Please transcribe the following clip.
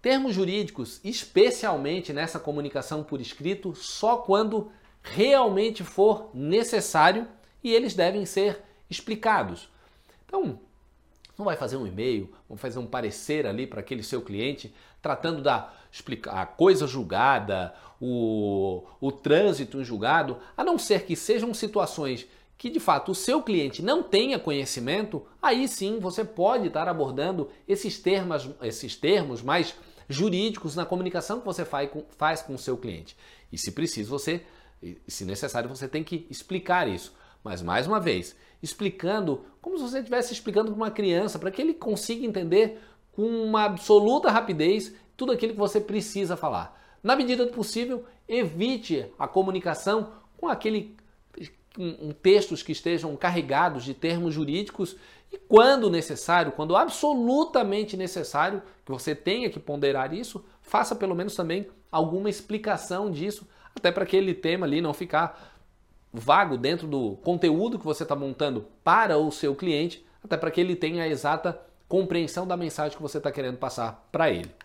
Termos jurídicos, especialmente nessa comunicação por escrito, só quando realmente for necessário e eles devem ser explicados. Então, não vai fazer um e-mail, vamos fazer um parecer ali para aquele seu cliente, tratando da a coisa julgada, o trânsito em julgado, a não ser que sejam situações que de fato o seu cliente não tenha conhecimento, aí sim você pode estar abordando esses termos mais jurídicos na comunicação que você faz com o seu cliente. E se preciso, se necessário, você tem que explicar isso. Mas mais uma vez, explicando como se você estivesse explicando para uma criança, para que ele consiga entender com uma absoluta rapidez tudo aquilo que você precisa falar. Na medida do possível, evite a comunicação com textos que estejam carregados de termos jurídicos e quando necessário, quando absolutamente necessário, que você tenha que ponderar isso, faça pelo menos também alguma explicação disso, até para aquele tema ali não ficar vago dentro do conteúdo que você está montando para o seu cliente, até para que ele tenha a exata compreensão da mensagem que você está querendo passar para ele.